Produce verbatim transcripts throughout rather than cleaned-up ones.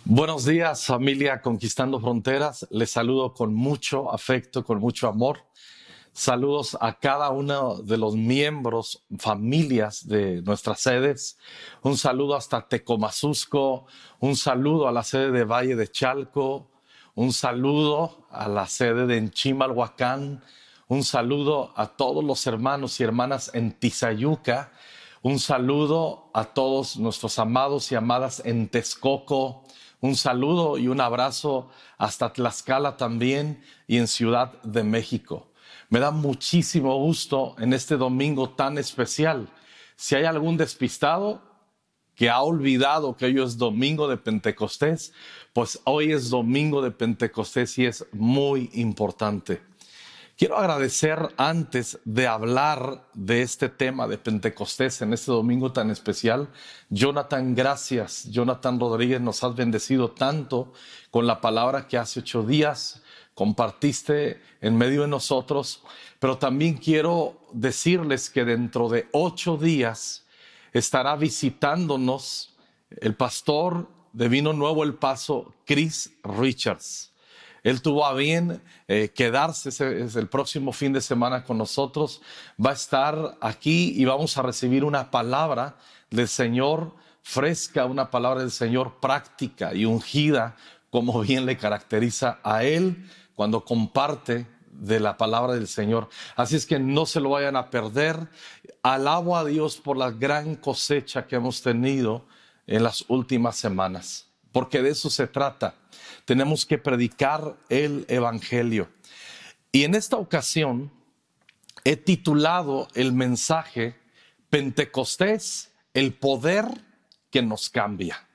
Buenos días, familia Conquistando Fronteras. Les saludo con mucho afecto, con mucho amor. Saludos a cada uno de los miembros, familias de nuestras sedes. Un saludo hasta Tecomazusco, un saludo a la sede de Valle de Chalco, un saludo a la sede de Chimalhuacán, un saludo a todos los hermanos y hermanas en Tizayuca, un saludo a todos nuestros amados y amadas en Texcoco. Un saludo y un abrazo hasta Tlaxcala también y en Ciudad de México. Me da muchísimo gusto en este domingo tan especial. Si hay algún despistado que ha olvidado que hoy es domingo de Pentecostés, pues hoy es domingo de Pentecostés y es muy importante. Quiero agradecer antes de hablar de este tema de Pentecostés en este domingo tan especial. Jonathan, gracias. Jonathan Rodríguez, nos has bendecido tanto con la palabra que hace ocho días compartiste en medio de nosotros. Pero también quiero decirles que dentro de ocho días estará visitándonos el pastor de Vino Nuevo El Paso, Chris Richards. Él tuvo a bien eh, quedarse ese, ese, el próximo fin de semana con nosotros. Va a estar aquí y vamos a recibir una palabra del Señor fresca, una palabra del Señor práctica y ungida, como bien le caracteriza a Él cuando comparte de la palabra del Señor. Así es que no se lo vayan a perder. Alabo a Dios por la gran cosecha que hemos tenido en las últimas semanas, porque de eso se trata. Tenemos que predicar el evangelio. Y en esta ocasión he titulado el mensaje Pentecostés, el poder que nos cambia.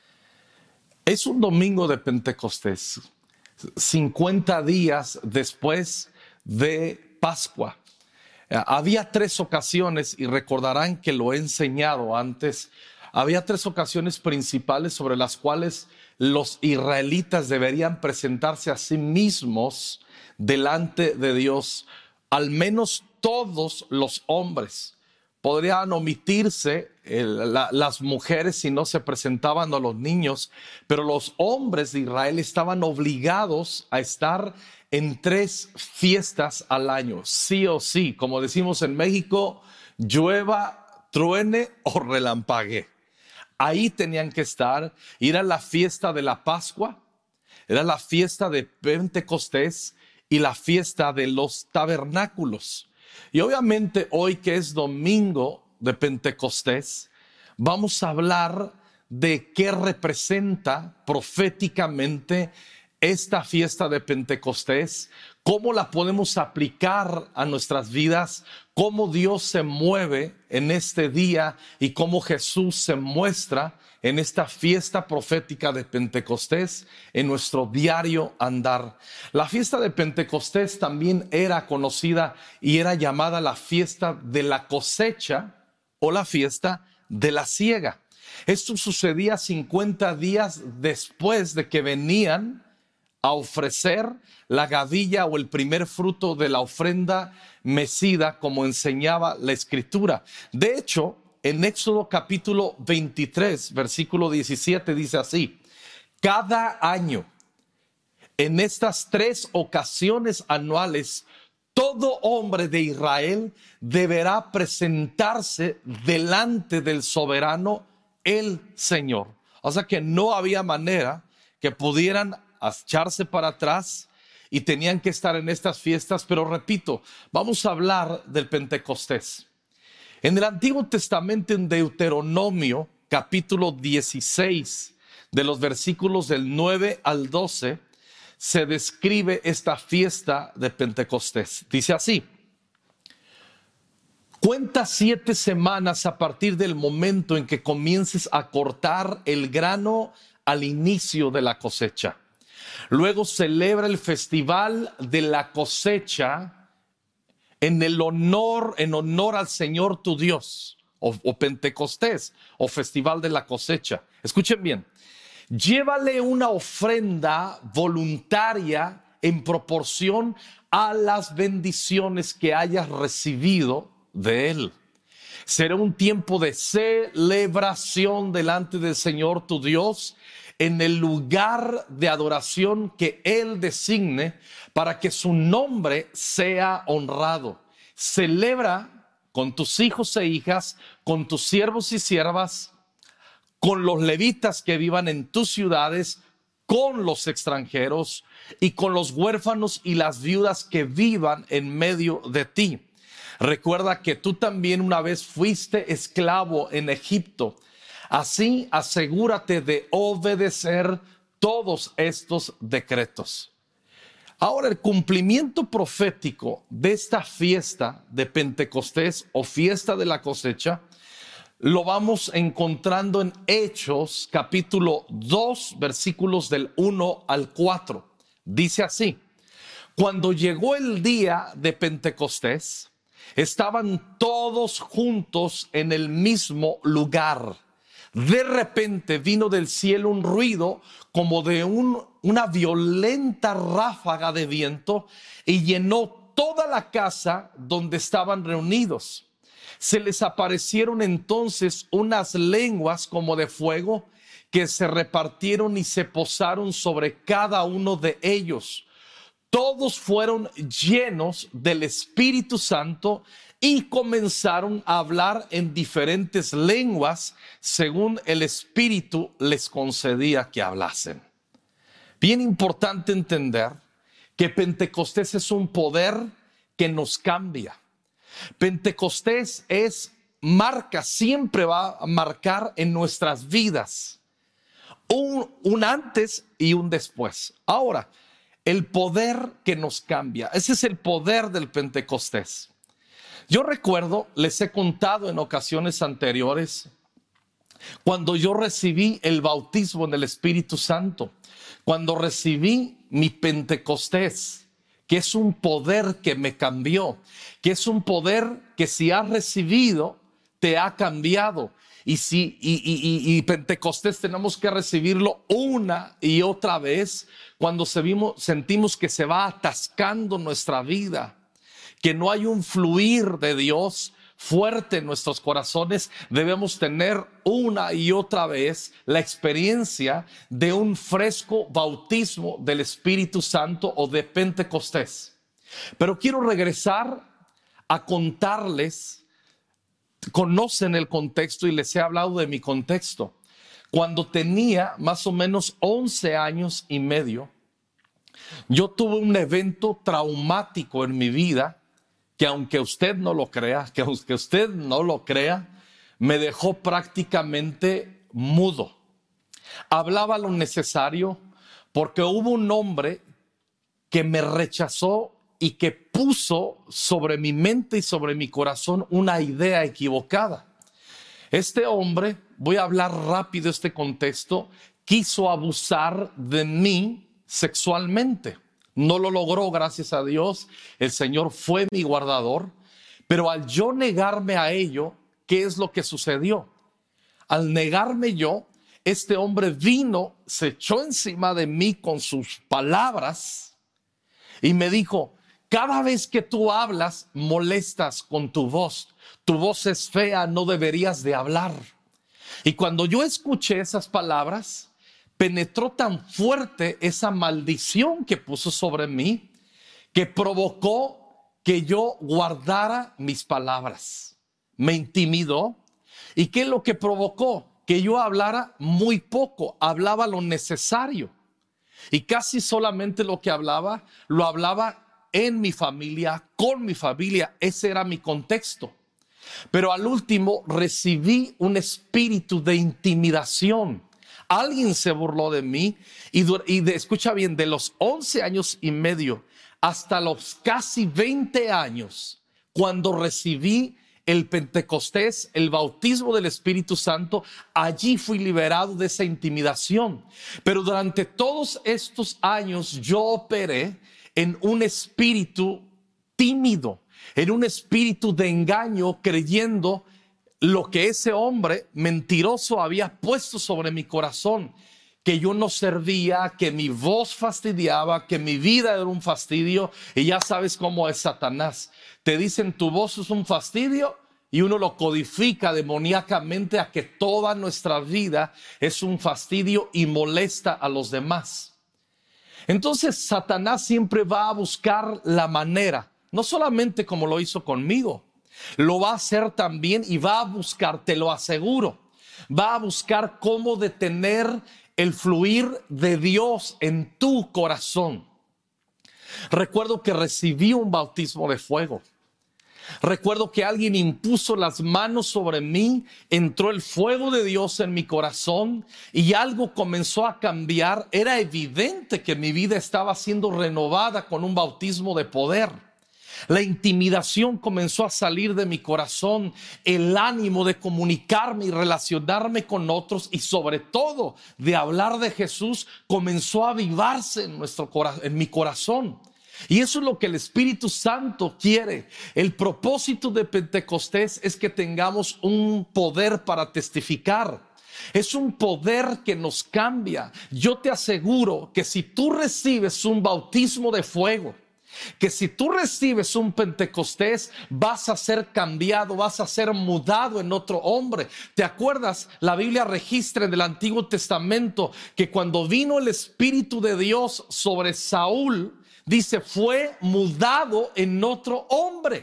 Es un domingo de Pentecostés, cincuenta días después de Pascua. Había tres ocasiones, y recordarán que lo he enseñado antes, había tres ocasiones principales sobre las cuales los israelitas deberían presentarse a sí mismos delante de Dios. Al menos todos los hombres. Podrían omitirse el, la, las mujeres si no se presentaban a los niños, pero los hombres de Israel estaban obligados a estar en tres fiestas al año, sí o sí. Como decimos en México, llueva, truene o relampaguee. Ahí tenían que estar. Era la fiesta de la Pascua, era la fiesta de Pentecostés y la fiesta de los tabernáculos. Y obviamente hoy, que es domingo de Pentecostés, vamos a hablar de qué representa proféticamente esta fiesta de Pentecostés, cómo la podemos aplicar a nuestras vidas, cómo Dios se mueve en este día y cómo Jesús se muestra en esta fiesta profética de Pentecostés en nuestro diario andar. La fiesta de Pentecostés también era conocida y era llamada la fiesta de la cosecha o la fiesta de la siega. Esto sucedía cincuenta días después de que venían a ofrecer la gavilla o el primer fruto de la ofrenda mecida, como enseñaba la Escritura. De hecho, en Éxodo capítulo veintitrés, versículo diecisiete, dice así: cada año, en estas tres ocasiones anuales, todo hombre de Israel deberá presentarse delante del soberano, el Señor. O sea que no había manera que pudieran a echarse para atrás y tenían que estar en estas fiestas. Pero repito, vamos a hablar del Pentecostés. En el Antiguo Testamento, en Deuteronomio capítulo dieciséis, de los versículos del nueve al doce, se describe esta fiesta de Pentecostés. Dice así: cuenta siete semanas a partir del momento en que comiences a cortar el grano al inicio de la cosecha. Luego celebra el festival de la cosecha en el honor, en honor al Señor tu Dios, o, o Pentecostés, o festival de la cosecha. Escuchen bien. Llévale una ofrenda voluntaria en proporción a las bendiciones que hayas recibido de él. Será un tiempo de celebración delante del Señor tu Dios en el lugar de adoración que Él designe para que su nombre sea honrado. Celebra con tus hijos e hijas, con tus siervos y siervas, con los levitas que vivan en tus ciudades, con los extranjeros y con los huérfanos y las viudas que vivan en medio de ti. Recuerda que tú también una vez fuiste esclavo en Egipto. Así asegúrate de obedecer todos estos decretos. Ahora, el cumplimiento profético de esta fiesta de Pentecostés o fiesta de la cosecha lo vamos encontrando en Hechos capítulo dos, versículos del uno al cuatro. Dice así: cuando llegó el día de Pentecostés, estaban todos juntos en el mismo lugar. De repente vino del cielo un ruido como de un, una violenta ráfaga de viento y llenó toda la casa donde estaban reunidos. Se les aparecieron entonces unas lenguas como de fuego que se repartieron y se posaron sobre cada uno de ellos. Todos fueron llenos del Espíritu Santo y comenzaron a hablar en diferentes lenguas según el Espíritu les concedía que hablasen. Bien importante entender que Pentecostés es un poder que nos cambia. Pentecostés es marca, siempre va a marcar en nuestras vidas un, un antes y un después. Ahora, el poder que nos cambia, ese es el poder del Pentecostés. Yo recuerdo, les he contado en ocasiones anteriores, cuando yo recibí el bautismo en el Espíritu Santo, cuando recibí mi Pentecostés, que es un poder que me cambió, que es un poder que si has recibido, te ha cambiado. Y, si, y, y, y, y Pentecostés tenemos que recibirlo una y otra vez cuando se vimos, sentimos que se va atascando nuestra vida, que no hay un fluir de Dios fuerte en nuestros corazones. Debemos tener una y otra vez la experiencia de un fresco bautismo del Espíritu Santo o de Pentecostés. Pero quiero regresar a contarles, conocen el contexto y les he hablado de mi contexto. Cuando tenía más o menos once años y medio, yo tuve un evento traumático en mi vida que, aunque usted no lo crea, que aunque usted no lo crea, me dejó prácticamente mudo. Hablaba lo necesario porque hubo un hombre que me rechazó y que puso sobre mi mente y sobre mi corazón una idea equivocada. Este hombre, voy a hablar rápido este contexto, quiso abusar de mí sexualmente. No lo logró, gracias a Dios. El Señor fue mi guardador. Pero al yo negarme a ello, ¿qué es lo que sucedió? Al negarme yo, este hombre vino, se echó encima de mí con sus palabras y me dijo: cada vez que tú hablas, molestas con tu voz. Tu voz es fea, no deberías de hablar. Y cuando yo escuché esas palabras, penetró tan fuerte esa maldición que puso sobre mí, que provocó que yo guardara mis palabras. Me intimidó. ¿Y qué es lo que provocó? Que yo hablara muy poco, hablaba lo necesario. Y casi solamente lo que hablaba, lo hablaba en mi familia, con mi familia. Ese era mi contexto. Pero al último recibí un espíritu de intimidación. Alguien se burló de mí y, y de, escucha bien, de los once años y medio hasta los casi veinte años, cuando recibí el Pentecostés, el bautismo del Espíritu Santo, allí fui liberado de esa intimidación. Pero durante todos estos años yo operé en un espíritu tímido, en un espíritu de engaño, creyendo lo que ese hombre mentiroso había puesto sobre mi corazón, que yo no servía, que mi voz fastidiaba, que mi vida era un fastidio. Y ya sabes cómo es Satanás. Te dicen tu voz es un fastidio, y uno lo codifica demoníacamente a que toda nuestra vida es un fastidio y molesta a los demás. Entonces Satanás siempre va a buscar la manera, no solamente como lo hizo conmigo, lo va a hacer también y va a buscar, te lo aseguro, va a buscar cómo detener el fluir de Dios en tu corazón. Recuerdo que recibí un bautismo de fuego. Recuerdo que alguien impuso las manos sobre mí, entró el fuego de Dios en mi corazón y algo comenzó a cambiar. Era evidente que mi vida estaba siendo renovada con un bautismo de poder. La intimidación comenzó a salir de mi corazón, el ánimo de comunicarme y relacionarme con otros y sobre todo de hablar de Jesús comenzó a avivarse en, nuestro, en mi corazón. Y eso es lo que el Espíritu Santo quiere. El propósito de Pentecostés es que tengamos un poder para testificar. Es un poder que nos cambia. Yo te aseguro que si tú recibes un bautismo de fuego, que si tú recibes un Pentecostés, vas a ser cambiado, vas a ser mudado en otro hombre. ¿Te acuerdas? La Biblia registra en el Antiguo Testamento que cuando vino el Espíritu de Dios sobre Saúl, dice, fue mudado en otro hombre.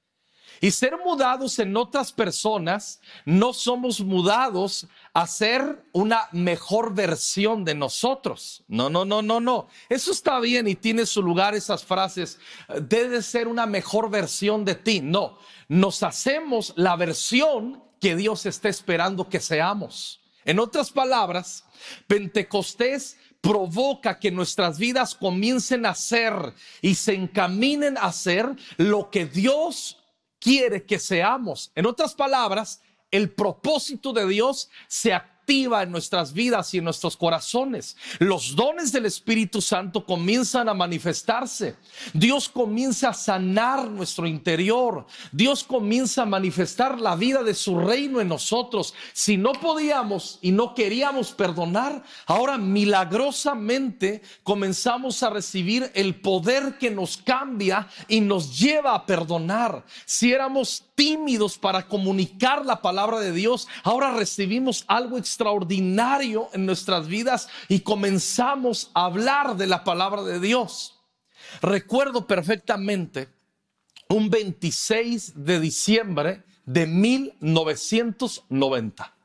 Y ser mudados en otras personas, no somos mudados a ser una mejor versión de nosotros. No, no, no, no, no. Eso está bien y tiene su lugar esas frases. Debe ser una mejor versión de ti. No, nos hacemos la versión que Dios está esperando que seamos. En otras palabras, Pentecostés provoca que nuestras vidas comiencen a ser y se encaminen a ser lo que Dios quiere que seamos. En otras palabras, el propósito de Dios se activa en nuestras vidas y en nuestros corazones. Los dones del Espíritu Santo comienzan a manifestarse. Dios comienza a sanar nuestro interior. Dios comienza a manifestar la vida de su reino en nosotros. Si no podíamos y no queríamos perdonar, ahora milagrosamente comenzamos a recibir el poder que nos cambia y nos lleva a perdonar. Si éramos tímidos para comunicar la palabra de Dios, ahora recibimos algo extraordinario en nuestras vidas y comenzamos a hablar de la palabra de Dios. Recuerdo perfectamente un veintiséis de diciembre de mil novecientos noventa.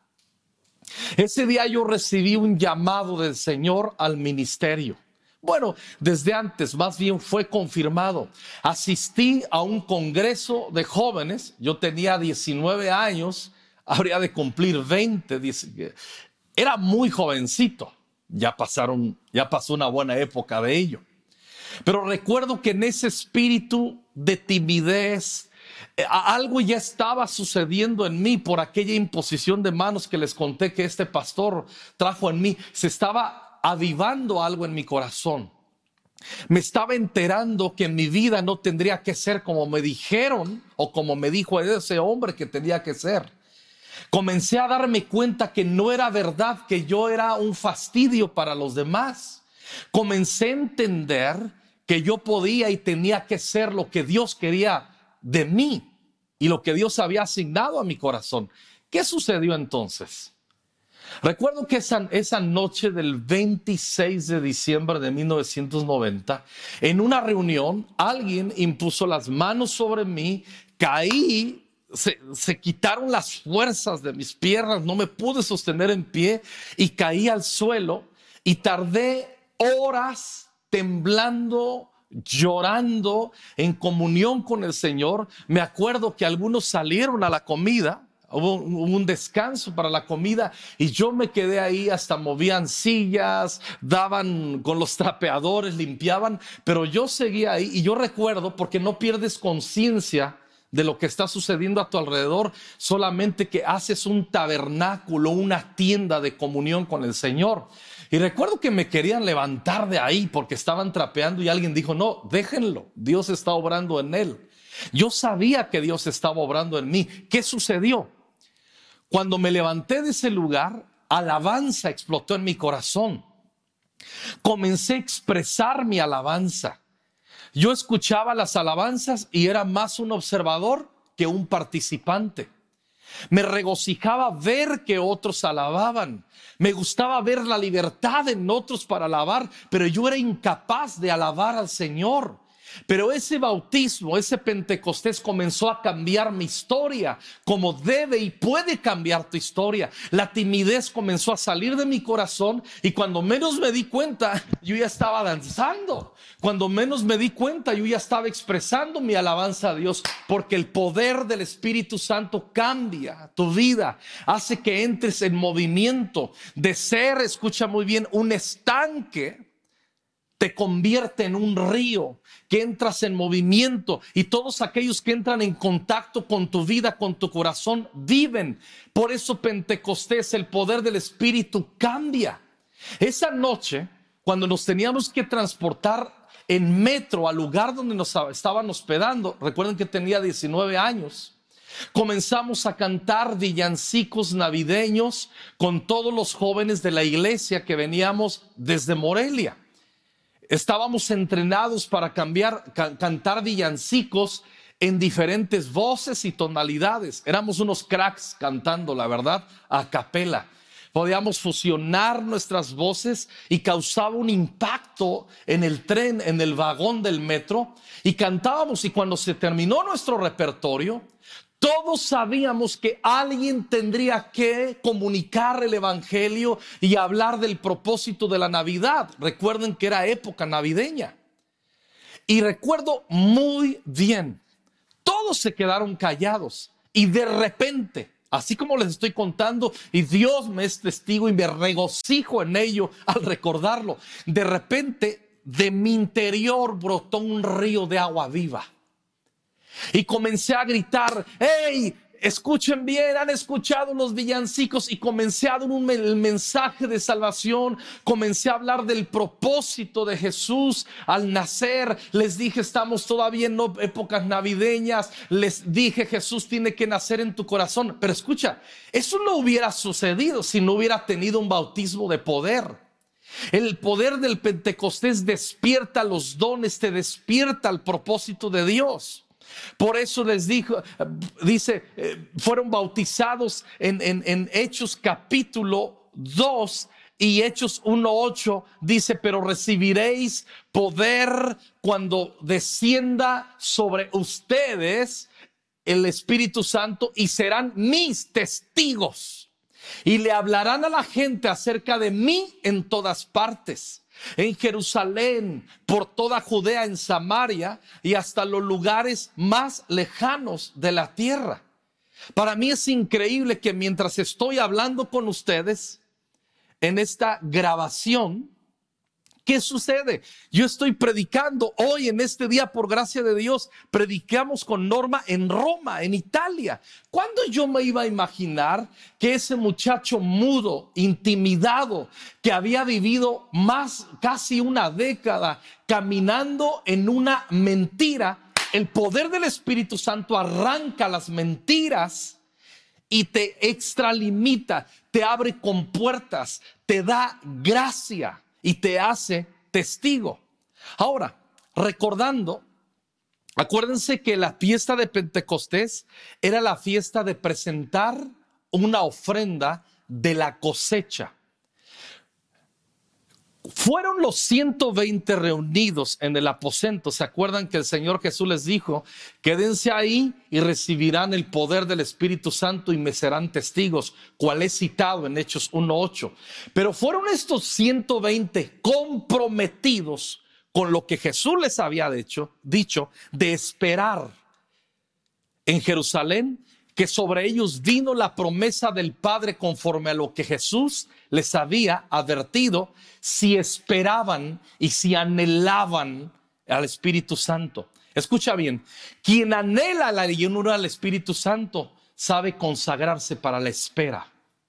Ese día yo recibí un llamado del Señor al ministerio. Bueno, desde antes, más bien fue confirmado. Asistí a un congreso de jóvenes. Yo tenía diecinueve años, habría de cumplir veinte. Era muy jovencito. Ya pasaron, ya pasó una buena época de ello. Pero recuerdo que en ese espíritu de timidez, algo ya estaba sucediendo en mí por aquella imposición de manos que les conté que este pastor trajo en mí. Se estaba avivando algo en mi corazón. Me estaba enterando que mi vida no tendría que ser como me dijeron o como me dijo ese hombre que tenía que ser. Comencé a darme cuenta que no era verdad, que yo era un fastidio para los demás. Comencé a entender que yo podía y tenía que ser lo que Dios quería de mí y lo que Dios había asignado a mi corazón. ¿Qué sucedió entonces? Recuerdo que esa, esa noche del veintiséis de diciembre de mil novecientos noventa, en una reunión, alguien impuso las manos sobre mí, caí, se, se quitaron las fuerzas de mis piernas, no me pude sostener en pie y caí al suelo y tardé horas temblando, llorando en comunión con el Señor. Me acuerdo que algunos salieron a la comida. Hubo un descanso para la comida y yo me quedé ahí, hasta movían sillas, daban con los trapeadores, limpiaban, pero yo seguía ahí y yo recuerdo, porque no pierdes conciencia de lo que está sucediendo a tu alrededor, solamente que haces un tabernáculo, una tienda de comunión con el Señor. Y recuerdo que me querían levantar de ahí porque estaban trapeando y alguien dijo, no, déjenlo, Dios está obrando en él. Yo sabía que Dios estaba obrando en mí. ¿Qué sucedió? Cuando me levanté de ese lugar, alabanza explotó en mi corazón. Comencé a expresar mi alabanza. Yo escuchaba las alabanzas y era más un observador que un participante. Me regocijaba ver que otros alababan. Me gustaba ver la libertad en otros para alabar, pero yo era incapaz de alabar al Señor. Pero ese bautismo, ese Pentecostés comenzó a cambiar mi historia, como debe y puede cambiar tu historia. La timidez comenzó a salir de mi corazón y cuando menos me di cuenta, yo ya estaba danzando. Cuando menos me di cuenta, yo ya estaba expresando mi alabanza a Dios, porque el poder del Espíritu Santo cambia tu vida, hace que entres en movimiento de ser, escucha muy bien, un estanque. Te convierte en un río, que entras en movimiento y todos aquellos que entran en contacto con tu vida, con tu corazón, viven. Por eso Pentecostés, el poder del Espíritu cambia. Esa noche, cuando nos teníamos que transportar en metro al lugar donde nos estaban hospedando, recuerden que tenía diecinueve años, comenzamos a cantar villancicos navideños con todos los jóvenes de la iglesia que veníamos desde Morelia. Estábamos entrenados para cambiar, can, cantar villancicos en diferentes voces y tonalidades. Éramos unos cracks cantando, la verdad, a capela. Podíamos fusionar nuestras voces y causaba un impacto en el tren, en el vagón del metro. Y cantábamos, y cuando se terminó nuestro repertorio, todos sabíamos que alguien tendría que comunicar el evangelio y hablar del propósito de la Navidad. Recuerden que era época navideña. Y recuerdo muy bien, todos se quedaron callados y de repente, así como les estoy contando, y Dios me es testigo y me regocijo en ello al recordarlo, de repente de mi interior brotó un río de agua viva. Y comencé a gritar, ¡hey! Escuchen bien, han escuchado los villancicos. Y comencé a dar un el mensaje de salvación. Comencé a hablar del propósito de Jesús al nacer. Les dije, estamos todavía en no, épocas navideñas. Les dije, Jesús tiene que nacer en tu corazón. Pero escucha, eso no hubiera sucedido si no hubiera tenido un bautismo de poder. El poder del Pentecostés despierta los dones, te despierta el propósito de Dios. Por eso les dijo, dice, eh, fueron bautizados en, en, en Hechos capítulo dos y Hechos uno ocho dice, pero recibiréis poder cuando descienda sobre ustedes el Espíritu Santo y serán mis testigos. Y le hablarán a la gente acerca de mí en todas partes. En Jerusalén, por toda Judea, en Samaria y hasta los lugares más lejanos de la tierra. Para mí es increíble que mientras estoy hablando con ustedes en esta grabación, ¿qué sucede? Yo estoy predicando hoy en este día, por gracia de Dios, predicamos con Norma en Roma, en Italia. ¿Cuándo yo me iba a imaginar que ese muchacho mudo, intimidado, que había vivido más, casi una década caminando en una mentira, el poder del Espíritu Santo arranca las mentiras y te extralimita, te abre compuertas, te da gracia y te hace testigo? Ahora, recordando, acuérdense que la fiesta de Pentecostés era la fiesta de presentar una ofrenda de la cosecha. Fueron los ciento veinte reunidos en el aposento. ¿Se acuerdan que el Señor Jesús les dijo, quédense ahí y recibirán el poder del Espíritu Santo y me serán testigos? Cual es citado en Hechos uno ocho. Pero fueron estos ciento veinte comprometidos con lo que Jesús les había dicho, dicho de esperar en Jerusalén, que sobre ellos vino la promesa del Padre conforme a lo que Jesús les había advertido, si esperaban y si anhelaban al Espíritu Santo. Escucha bien, quien anhela la llenura del Espíritu Santo sabe consagrarse para la espera.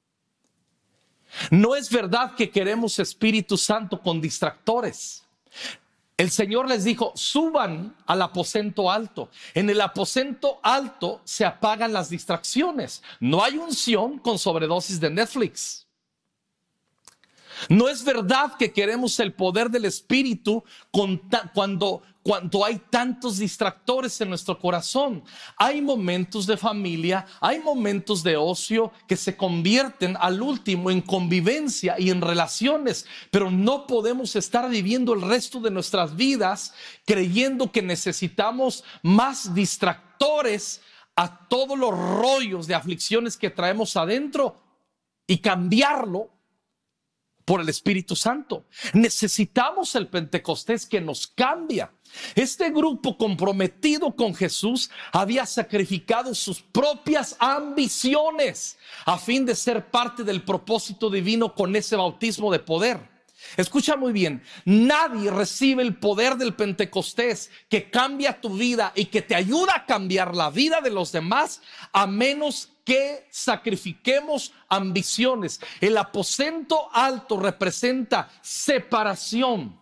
No es verdad que queremos Espíritu Santo con distractores. El Señor les dijo, suban al aposento alto. En el aposento alto se apagan las distracciones. No hay unción con sobredosis de Netflix. No es verdad que queremos el poder del Espíritu cuando, cuando hay tantos distractores en nuestro corazón. Hay momentos de familia, hay momentos de ocio que se convierten al último en convivencia y en relaciones, pero no podemos estar viviendo el resto de nuestras vidas creyendo que necesitamos más distractores a todos los rollos de aflicciones que traemos adentro y cambiarlo por el Espíritu Santo. Necesitamos el Pentecostés que nos cambia. Este grupo comprometido con Jesús había sacrificado sus propias ambiciones a fin de ser parte del propósito divino con ese bautismo de poder. Escucha muy bien, nadie recibe el poder del Pentecostés que cambia tu vida y que te ayuda a cambiar la vida de los demás a menos que sacrifiquemos ambiciones. El aposento alto representa separación,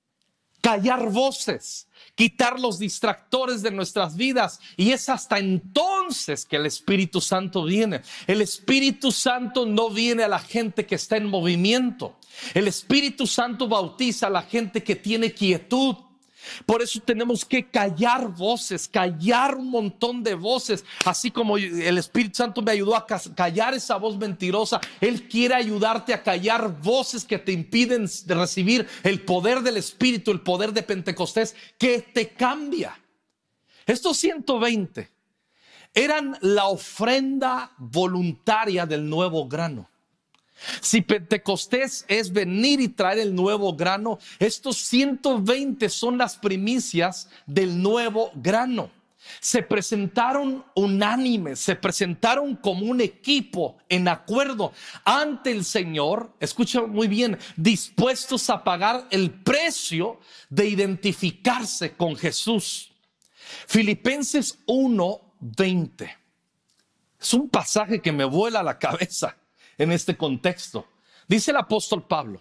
callar voces, quitar los distractores de nuestras vidas, y es hasta entonces que el Espíritu Santo viene. El Espíritu Santo no viene a la gente que está en movimiento. El Espíritu Santo bautiza a la gente que tiene quietud. Por eso tenemos que callar voces, callar un montón de voces. Así como el Espíritu Santo me ayudó a callar esa voz mentirosa, Él quiere ayudarte a callar voces que te impiden de recibir el poder del Espíritu, el poder de Pentecostés que te cambia. Estos ciento veinte eran la ofrenda voluntaria del nuevo grano. Si Pentecostés es venir y traer el nuevo grano, estos ciento veinte son las primicias del nuevo grano. Se presentaron unánimes, se presentaron como un equipo en acuerdo ante el Señor. Escucha muy bien, dispuestos a pagar el precio de identificarse con Jesús. Filipenses uno veinte es un pasaje que me vuela la cabeza. En este contexto, dice el apóstol Pablo: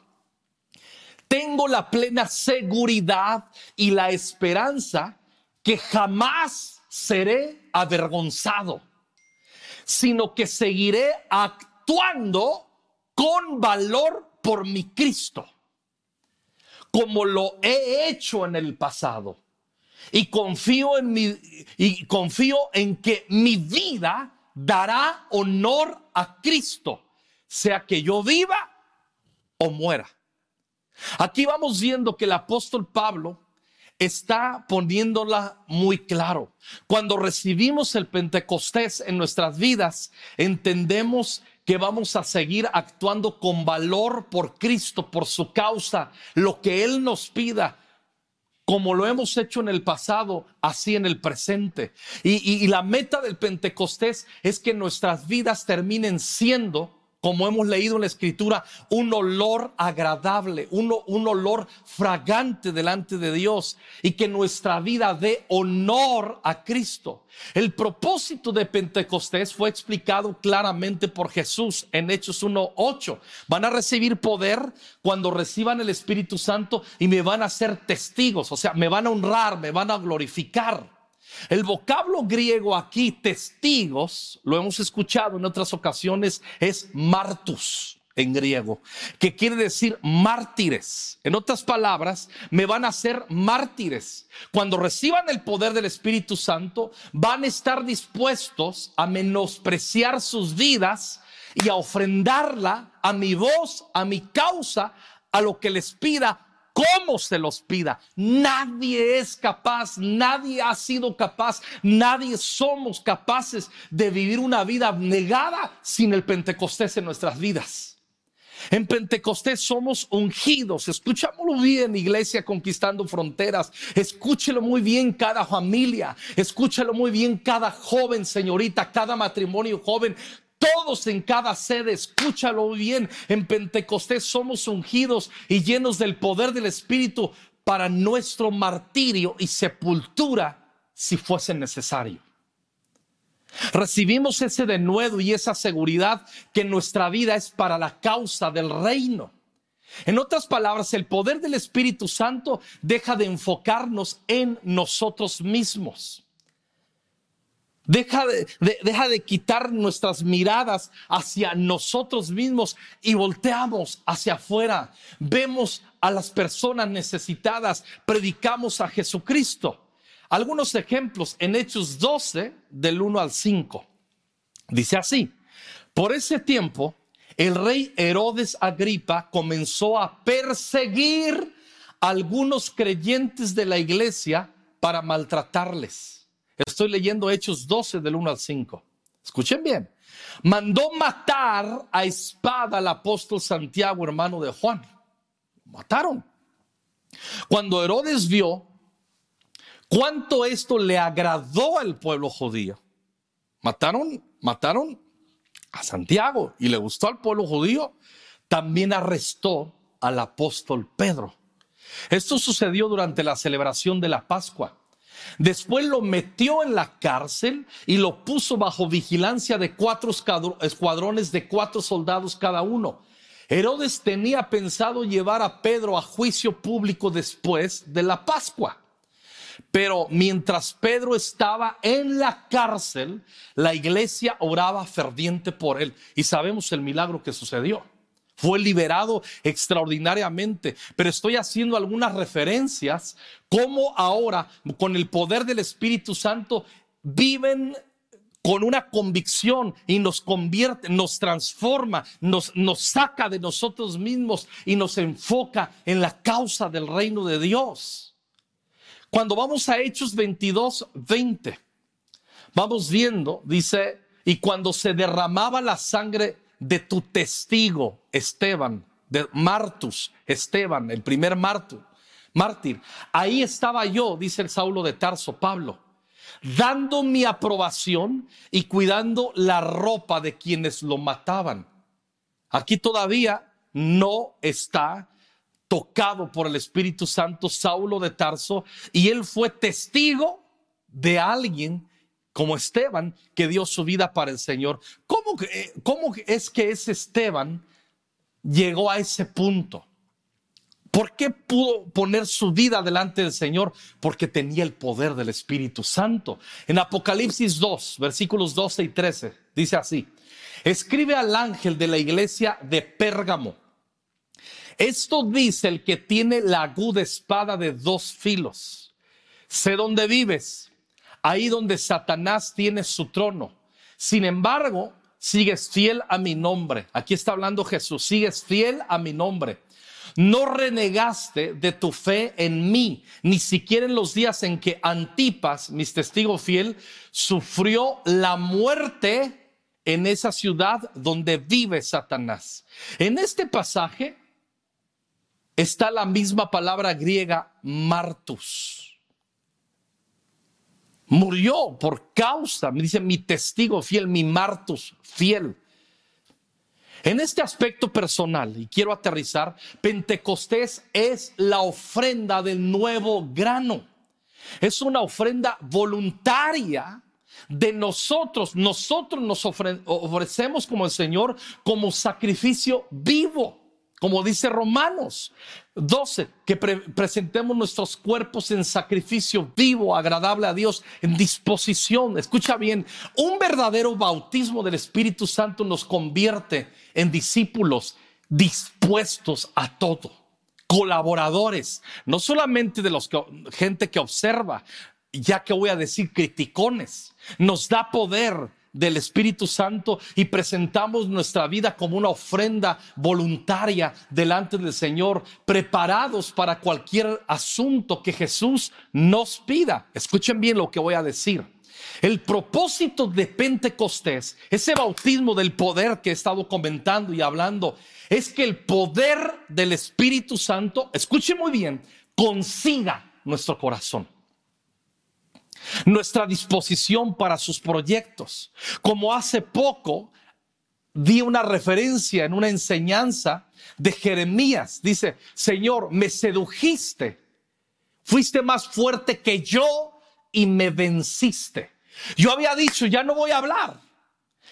tengo la plena seguridad y la esperanza que jamás seré avergonzado, sino que seguiré actuando con valor por mi Cristo, como lo he hecho en el pasado, y confío en mi, y confío en que mi vida dará honor a Cristo, sea que yo viva o muera. Aquí vamos viendo que el apóstol Pablo está poniéndola muy claro. Cuando recibimos el Pentecostés en nuestras vidas, entendemos que vamos a seguir actuando con valor por Cristo, por su causa, lo que Él nos pida, como lo hemos hecho en el pasado, así en el presente. Y, y, y la meta del Pentecostés es que nuestras vidas terminen siendo, como hemos leído en la Escritura, un olor agradable, un, un olor fragante delante de Dios, y que nuestra vida dé honor a Cristo. El propósito de Pentecostés fue explicado claramente por Jesús en Hechos uno ocho. Van a recibir poder cuando reciban el Espíritu Santo y me van a ser testigos, o sea, me van a honrar, me van a glorificar. El vocablo griego aquí, testigos, lo hemos escuchado en otras ocasiones, es martus en griego, que quiere decir mártires. En otras palabras, me van a ser mártires. Cuando reciban el poder del Espíritu Santo, van a estar dispuestos a menospreciar sus vidas y a ofrendarla a mi voz, a mi causa, a lo que les pida, como se los pida. Nadie es capaz, nadie ha sido capaz, nadie somos capaces de vivir una vida abnegada sin el Pentecostés en nuestras vidas. En Pentecostés somos ungidos. Escúchamelo bien, iglesia Conquistando Fronteras. Escúchelo muy bien cada familia. Escúchalo muy bien cada joven, señorita, cada matrimonio joven. Todos en cada sede, escúchalo bien. En Pentecostés somos ungidos y llenos del poder del Espíritu para nuestro martirio y sepultura si fuese necesario. Recibimos ese denuedo y esa seguridad que nuestra vida es para la causa del reino. En otras palabras, el poder del Espíritu Santo deja de enfocarnos en nosotros mismos. Deja de, de, deja de quitar nuestras miradas hacia nosotros mismos y volteamos hacia afuera. Vemos a las personas necesitadas, predicamos a Jesucristo. Algunos ejemplos en Hechos doce, del uno al cinco. Dice así: por ese tiempo, el rey Herodes Agripa comenzó a perseguir a algunos creyentes de la iglesia para maltratarles. Estoy leyendo Hechos doce, del uno al cinco. Escuchen bien. Mandó matar a espada al apóstol Santiago, hermano de Juan. Mataron. Cuando Herodes vio cuánto esto le agradó al pueblo judío, mataron, mataron a Santiago y le gustó al pueblo judío, también arrestó al apóstol Pedro. Esto sucedió durante la celebración de la Pascua. Después lo metió en la cárcel y lo puso bajo vigilancia de cuatro escuadrones de cuatro soldados cada uno. Herodes tenía pensado llevar a Pedro a juicio público después de la Pascua. Pero mientras Pedro estaba en la cárcel, la iglesia oraba ferviente por él. Y sabemos el milagro que sucedió. Fue liberado extraordinariamente. Pero estoy haciendo algunas referencias cómo ahora, con el poder del Espíritu Santo, viven con una convicción y nos convierte, nos transforma, nos, nos saca de nosotros mismos y nos enfoca en la causa del reino de Dios. Cuando vamos a Hechos veintidós, veinte, vamos viendo, dice: y cuando se derramaba la sangre de tu testigo Esteban, de Martus, Esteban, el primer mártir, mártir, ahí estaba yo, dice el Saulo de Tarso, Pablo, dando mi aprobación y cuidando la ropa de quienes lo mataban. Aquí todavía no está tocado por el Espíritu Santo Saulo de Tarso, y él fue testigo de alguien como Esteban, que dio su vida para el Señor. ¿Cómo, cómo es que ese Esteban llegó a ese punto? ¿Por qué pudo poner su vida delante del Señor? Porque tenía el poder del Espíritu Santo. En Apocalipsis dos, versículos doce y trece, dice así: escribe al ángel de la iglesia de Pérgamo: esto dice el que tiene la aguda espada de dos filos. Sé dónde vives, ahí donde Satanás tiene su trono. Sin embargo, sigues fiel a mi nombre. Aquí está hablando Jesús. Sigues fiel a mi nombre. No renegaste de tu fe en mí, ni siquiera en los días en que Antipas, mi testigo fiel, sufrió la muerte en esa ciudad donde vive Satanás. En este pasaje está la misma palabra griega martus. Murió por causa, me dice, mi testigo fiel, mi martus fiel. En este aspecto personal, y quiero aterrizar, Pentecostés es la ofrenda del nuevo grano. Es una ofrenda voluntaria de nosotros. Nosotros nos ofre- ofrecemos como el Señor, como sacrificio vivo. Como dice Romanos doce, que pre- presentemos nuestros cuerpos en sacrificio vivo, agradable a Dios, en disposición. Escucha bien, un verdadero bautismo del Espíritu Santo nos convierte en discípulos dispuestos a todo, colaboradores, no solamente de los que, gente que observa, ya que voy a decir criticones. Nos da poder del Espíritu Santo y presentamos nuestra vida como una ofrenda voluntaria delante del Señor, preparados para cualquier asunto que Jesús nos pida. Escuchen bien lo que voy a decir. El propósito de Pentecostés, ese bautismo del poder que he estado comentando y hablando, es que el poder del Espíritu Santo, escuchen muy bien, consiga nuestro corazón, nuestra disposición para sus proyectos. Como hace poco di una referencia en una enseñanza de Jeremías, dice: Señor, me sedujiste, fuiste más fuerte que yo y me venciste. Yo había dicho, ya no voy a hablar,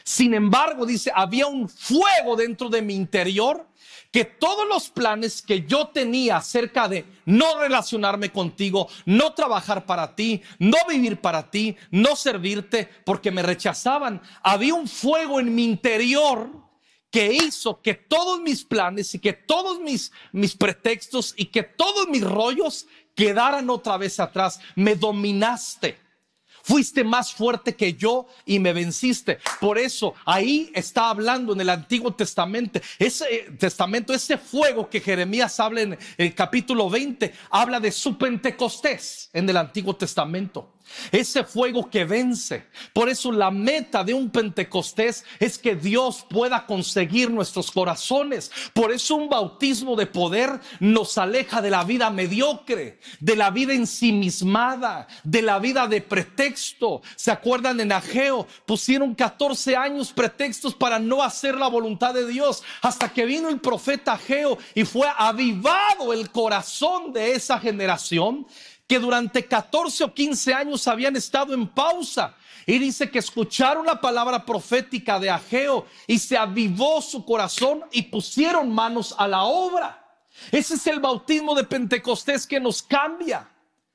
Sin embargo, dice, había un fuego dentro de mi interior que todos los planes que yo tenía acerca de no relacionarme contigo, no trabajar para ti, no vivir para ti, no servirte, porque me rechazaban, había un fuego en mi interior que hizo que todos mis planes y que todos mis, mis pretextos y que todos mis rollos quedaran otra vez atrás. Me dominaste. Fuiste más fuerte que yo y me venciste. Por eso ahí está hablando en el Antiguo Testamento. Ese testamento, ese fuego que Jeremías habla en el capítulo veinte, habla de su Pentecostés en el Antiguo Testamento. Ese fuego que vence. Por eso la meta de un Pentecostés es que Dios pueda conseguir nuestros corazones. Por eso un bautismo de poder nos aleja de la vida mediocre, de la vida ensimismada, de la vida de pretexto. ¿Se acuerdan en Ageo? Pusieron catorce años pretextos para no hacer la voluntad de Dios, hasta que vino el profeta Ageo y fue avivado el corazón de esa generación que durante catorce o quince años habían estado en pausa. Y dice que escucharon la palabra profética de Ageo y se avivó su corazón y pusieron manos a la obra. Ese es el bautismo de Pentecostés que nos cambia.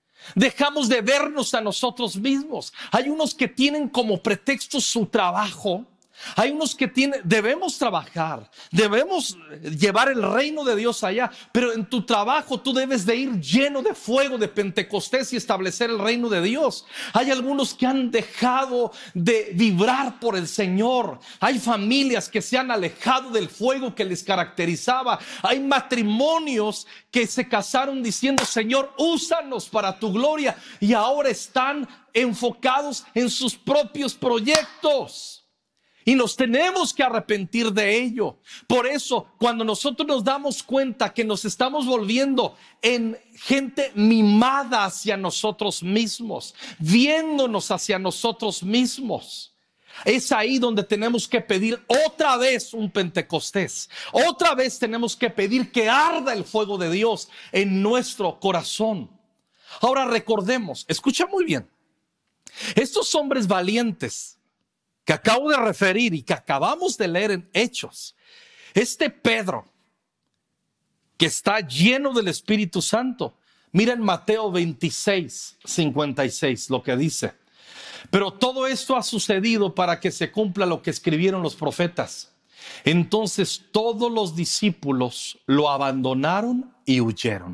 Dejamos de vernos a nosotros mismos. Hay unos que tienen como pretexto su trabajo. Hay unos que tienen, debemos trabajar, debemos llevar el reino de Dios allá, pero en tu trabajo tú debes de ir lleno de fuego de Pentecostés y establecer el reino de Dios. Hay algunos que han dejado de vibrar por el Señor. Hay familias que se han alejado del fuego que les caracterizaba. Hay matrimonios que se casaron diciendo: Señor, úsanos para tu gloria, y ahora están enfocados en sus propios proyectos. Y nos tenemos que arrepentir de ello. Por eso, cuando nosotros nos damos cuenta que nos estamos volviendo en gente mimada hacia nosotros mismos, viéndonos hacia nosotros mismos, es ahí donde tenemos que pedir otra vez un Pentecostés. Otra vez tenemos que pedir que arda el fuego de Dios en nuestro corazón. Ahora recordemos, escucha muy bien, estos hombres valientes que acabo de referir y que acabamos de leer en Hechos, este Pedro que está lleno del Espíritu Santo, mira en Mateo veintiséis, cincuenta y seis lo que dice: pero todo esto ha sucedido para que se cumpla lo que escribieron los profetas. Entonces todos los discípulos lo abandonaron y huyeron.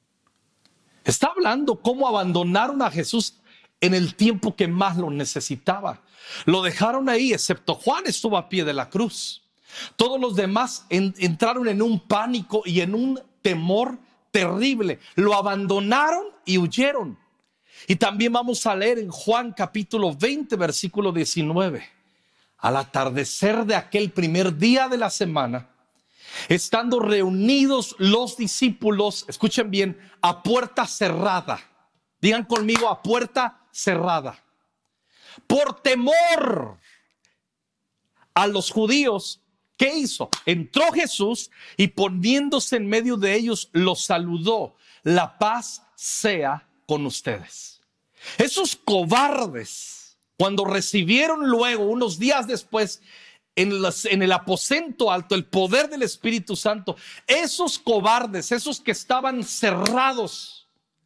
Está hablando cómo abandonaron a Jesús en el tiempo que más lo necesitaba. Lo dejaron ahí, excepto Juan estuvo a pie de la cruz. Todos los demás en, entraron en un pánico y en un temor terrible. Lo abandonaron y huyeron. Y también vamos a leer en Juan capítulo veinte, versículo diecinueve. Al atardecer de aquel primer día de la semana, estando reunidos los discípulos, escuchen bien, a puerta cerrada. Digan conmigo: a puerta cerrada. Por temor a los judíos, ¿qué hizo? Entró Jesús y poniéndose en medio de ellos los saludó: la paz sea con ustedes. Esos cobardes, cuando recibieron luego, unos días después, en, los, en el aposento alto, el poder del Espíritu Santo, esos cobardes, esos que estaban cerrados,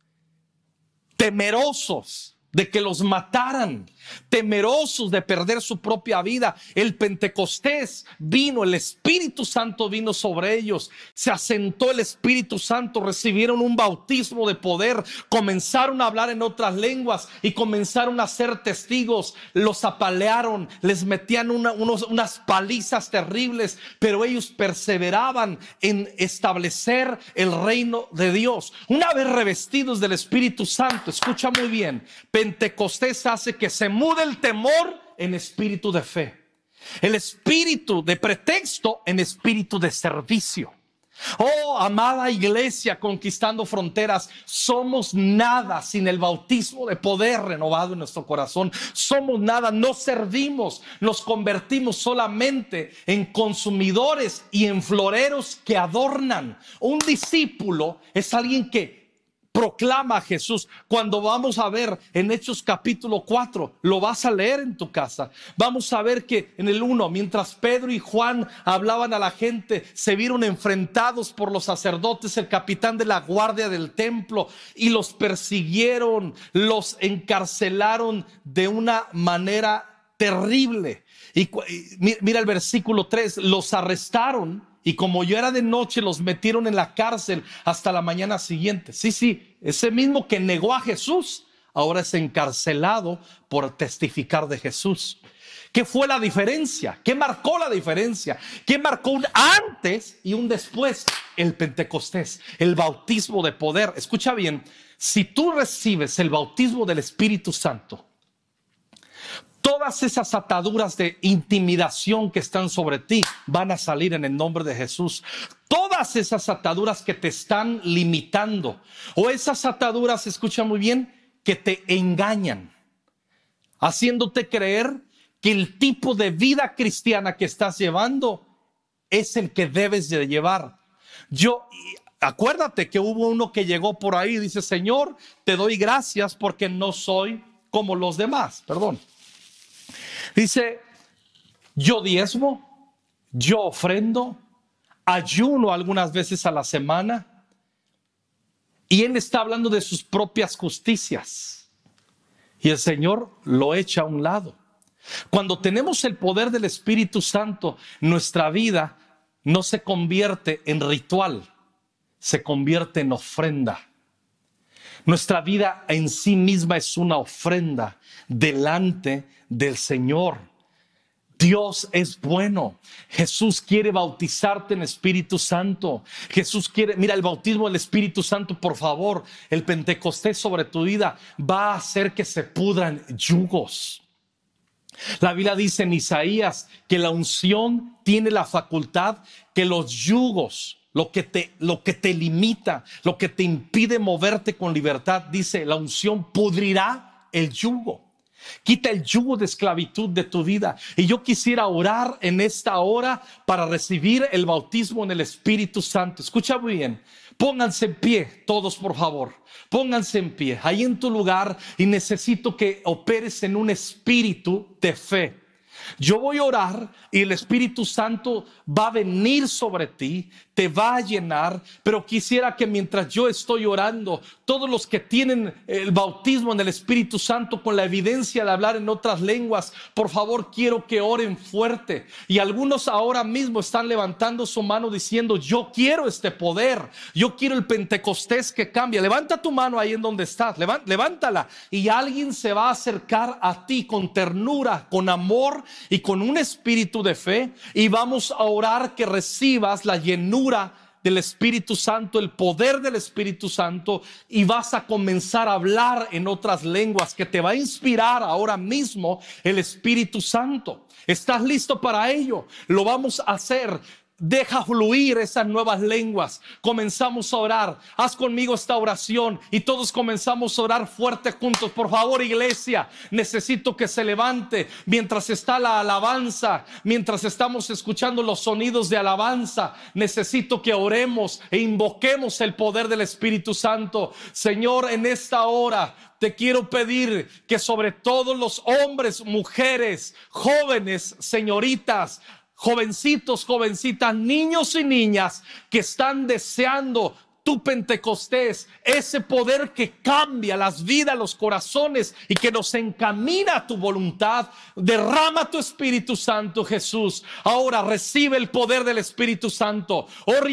temerosos de que los mataran, temerosos de perder su propia vida, el Pentecostés vino, el Espíritu Santo vino sobre ellos, se asentó el Espíritu Santo, recibieron un bautismo de poder, comenzaron a hablar en otras lenguas y comenzaron a ser testigos. Los apalearon, les metían una, unos, unas palizas terribles, pero ellos perseveraban en establecer el reino de Dios. Una vez revestidos del Espíritu Santo, escucha muy bien, Pentecostés hace que se mude el temor en espíritu de fe, el espíritu de pretexto en espíritu de servicio. Oh, amada iglesia Conquistando Fronteras, somos nada sin el bautismo de poder renovado en nuestro corazón. Somos nada, no servimos, nos convertimos solamente en consumidores y en floreros que adornan. Un discípulo es alguien que Proclama a Jesús. Cuando vamos a ver en Hechos capítulo cuatro, lo vas a leer en tu casa. Vamos a ver que en el uno, mientras Pedro y Juan hablaban a la gente, se vieron enfrentados por los sacerdotes, el capitán de la guardia del templo, y los persiguieron, los encarcelaron de una manera terrible. Y mira el versículo tres, los arrestaron. Y como ya era de noche, los metieron en la cárcel hasta la mañana siguiente. Sí, sí, ese mismo que negó a Jesús, ahora es encarcelado por testificar de Jesús. ¿Qué fue la diferencia? ¿Qué marcó la diferencia? ¿Qué marcó un antes y un después? El Pentecostés, el bautismo de poder. Escucha bien, si tú recibes el bautismo del Espíritu Santo, todas esas ataduras de intimidación que están sobre ti van a salir en el nombre de Jesús. Todas esas ataduras que te están limitando, o esas ataduras, escucha muy bien, que te engañan, haciéndote creer que el tipo de vida cristiana que estás llevando es el que debes de llevar. Yo, acuérdate que hubo uno que llegó por ahí y dice: Señor, te doy gracias porque no soy como los demás. Perdón. Dice: yo diezmo, yo ofrendo, ayuno algunas veces a la semana. Y él está hablando de sus propias justicias. Y el Señor lo echa a un lado. Cuando tenemos el poder del Espíritu Santo, nuestra vida no se convierte en ritual, se convierte en ofrenda. Nuestra vida en sí misma es una ofrenda delante del Señor. Dios es bueno. Jesús quiere bautizarte en Espíritu Santo. Jesús quiere, mira, el bautismo del Espíritu Santo, por favor, el Pentecostés sobre tu vida va a hacer que se pudran yugos. La Biblia dice en Isaías que la unción tiene la facultad que los yugos, Lo que, te, lo que te limita, lo que te impide moverte con libertad, dice, la unción pudrirá el yugo. Quita el yugo de esclavitud de tu vida. Y yo quisiera orar en esta hora para recibir el bautismo en el Espíritu Santo. Escucha muy bien. Pónganse en pie, todos, por favor. Pónganse en pie, ahí en tu lugar, y necesito que operes en un espíritu de fe. Yo voy a orar y el Espíritu Santo va a venir sobre ti, te va a llenar, pero quisiera que mientras yo estoy orando, todos los que tienen el bautismo en el Espíritu Santo con la evidencia de hablar en otras lenguas, por favor quiero que oren fuerte. Y algunos ahora mismo están levantando su mano diciendo: yo quiero este poder, yo quiero el Pentecostés que cambia. Levanta tu mano ahí en donde estás, levántala, y alguien se va a acercar a ti con ternura, con amor y con un espíritu de fe, y vamos a orar que recibas la llenura del Espíritu Santo, el poder del Espíritu Santo, y vas a comenzar a hablar en otras lenguas que te va a inspirar ahora mismo el Espíritu Santo. ¿Estás listo para ello? Lo vamos a hacer. Deja fluir esas nuevas lenguas. Comenzamos a orar. Haz conmigo esta oración y todos comenzamos a orar fuerte juntos. Por favor, iglesia, necesito que se levante mientras está la alabanza, mientras estamos escuchando los sonidos de alabanza. Necesito que oremos e invoquemos el poder del Espíritu Santo. Señor, en esta hora te quiero pedir que sobre todos los hombres, mujeres, jóvenes, señoritas, jovencitos, jovencitas, niños y niñas que están deseando tu Pentecostés, ese poder que cambia las vidas, los corazones y que nos encamina a tu voluntad, derrama tu Espíritu Santo, Jesús. Ahora recibe el poder del Espíritu Santo.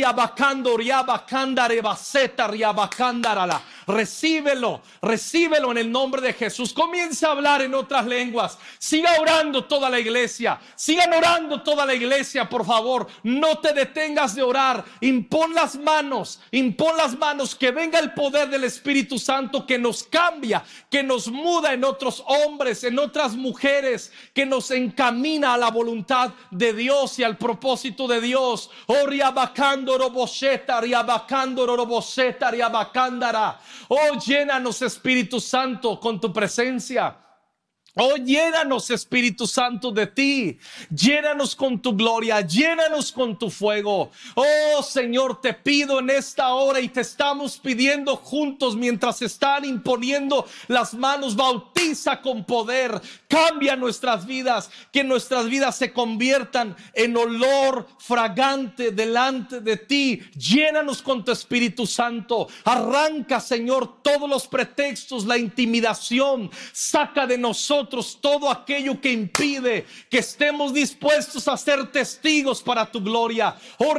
Recíbelo, recíbelo en el nombre de Jesús. Comienza a hablar en otras lenguas. Siga orando toda la iglesia. Sigan orando toda la iglesia, por favor. No te detengas de orar. Impon las manos, impon Pon las manos, que venga el poder del Espíritu Santo que nos cambia, que nos muda en otros hombres, en otras mujeres, que nos encamina a la voluntad de Dios y al propósito de Dios. Oh, riabacando robosheta, riabacando robosheta, riabacandara. Oh, llénanos, Espíritu Santo, con tu presencia. Oh, llénanos, Espíritu Santo, de ti. Llénanos con tu gloria, llénanos con tu fuego. Oh, Señor, te pido en esta hora y te estamos pidiendo juntos mientras están imponiendo las manos. Bautiza con poder, cambia nuestras vidas, que nuestras vidas se conviertan en olor fragante delante de ti. Llénanos con tu Espíritu Santo. Arranca, Señor, todos los pretextos, la intimidación. Saca de nosotros todo aquello que impide que estemos dispuestos a ser testigos para tu gloria.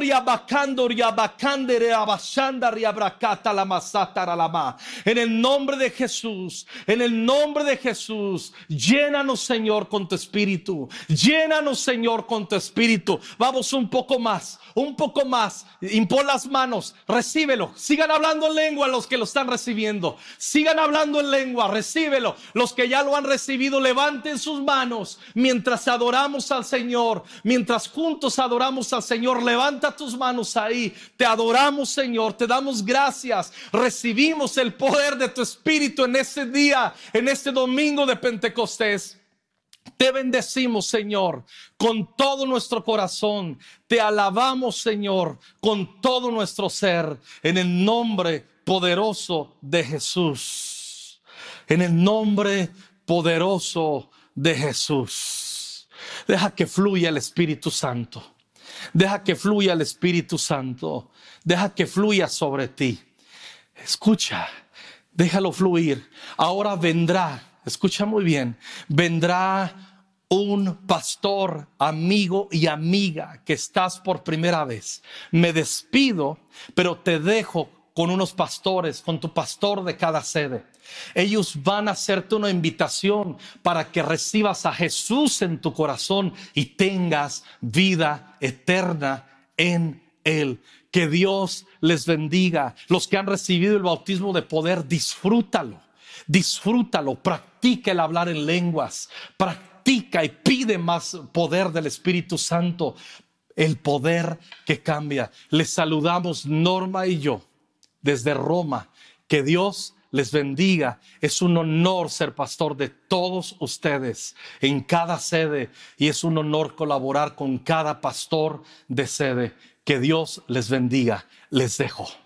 En el nombre de Jesús, en el nombre de Jesús, llénanos, Señor, con tu Espíritu. Llénanos, Señor, con tu Espíritu. Vamos un poco más, un poco más. Impon las manos, recíbelo. Sigan hablando en lengua los que lo están recibiendo. Sigan hablando en lengua, recíbelo. Los que ya lo han recibido, levanten sus manos mientras adoramos al Señor. Mientras juntos adoramos al Señor, levanta tus manos ahí. Te adoramos, Señor, te damos gracias. Recibimos el poder de tu Espíritu en este día, en este domingo de Pentecostés. Te bendecimos, Señor, con todo nuestro corazón. Te alabamos, Señor, con todo nuestro ser, en el nombre poderoso de Jesús. En el nombre poderoso de Jesús. Deja que fluya el Espíritu Santo. Deja que fluya el Espíritu Santo. Deja que fluya sobre ti. Escucha, déjalo fluir. Ahora vendrá. Escucha muy bien, vendrá un pastor, amigo y amiga que estás por primera vez. Me despido, pero te dejo con unos pastores, con tu pastor de cada sede. Ellos van a hacerte una invitación para que recibas a Jesús en tu corazón y tengas vida eterna en Él. Que Dios les bendiga. Los que han recibido el bautismo de poder, disfrútalo. Disfrútalo, practica el hablar en lenguas, practica y pide más poder del Espíritu Santo, el poder que cambia. Les saludamos Norma y yo desde Roma. Que Dios les bendiga. Es un honor ser pastor de todos ustedes en cada sede y es un honor colaborar con cada pastor de sede. Que Dios les bendiga. Les dejo.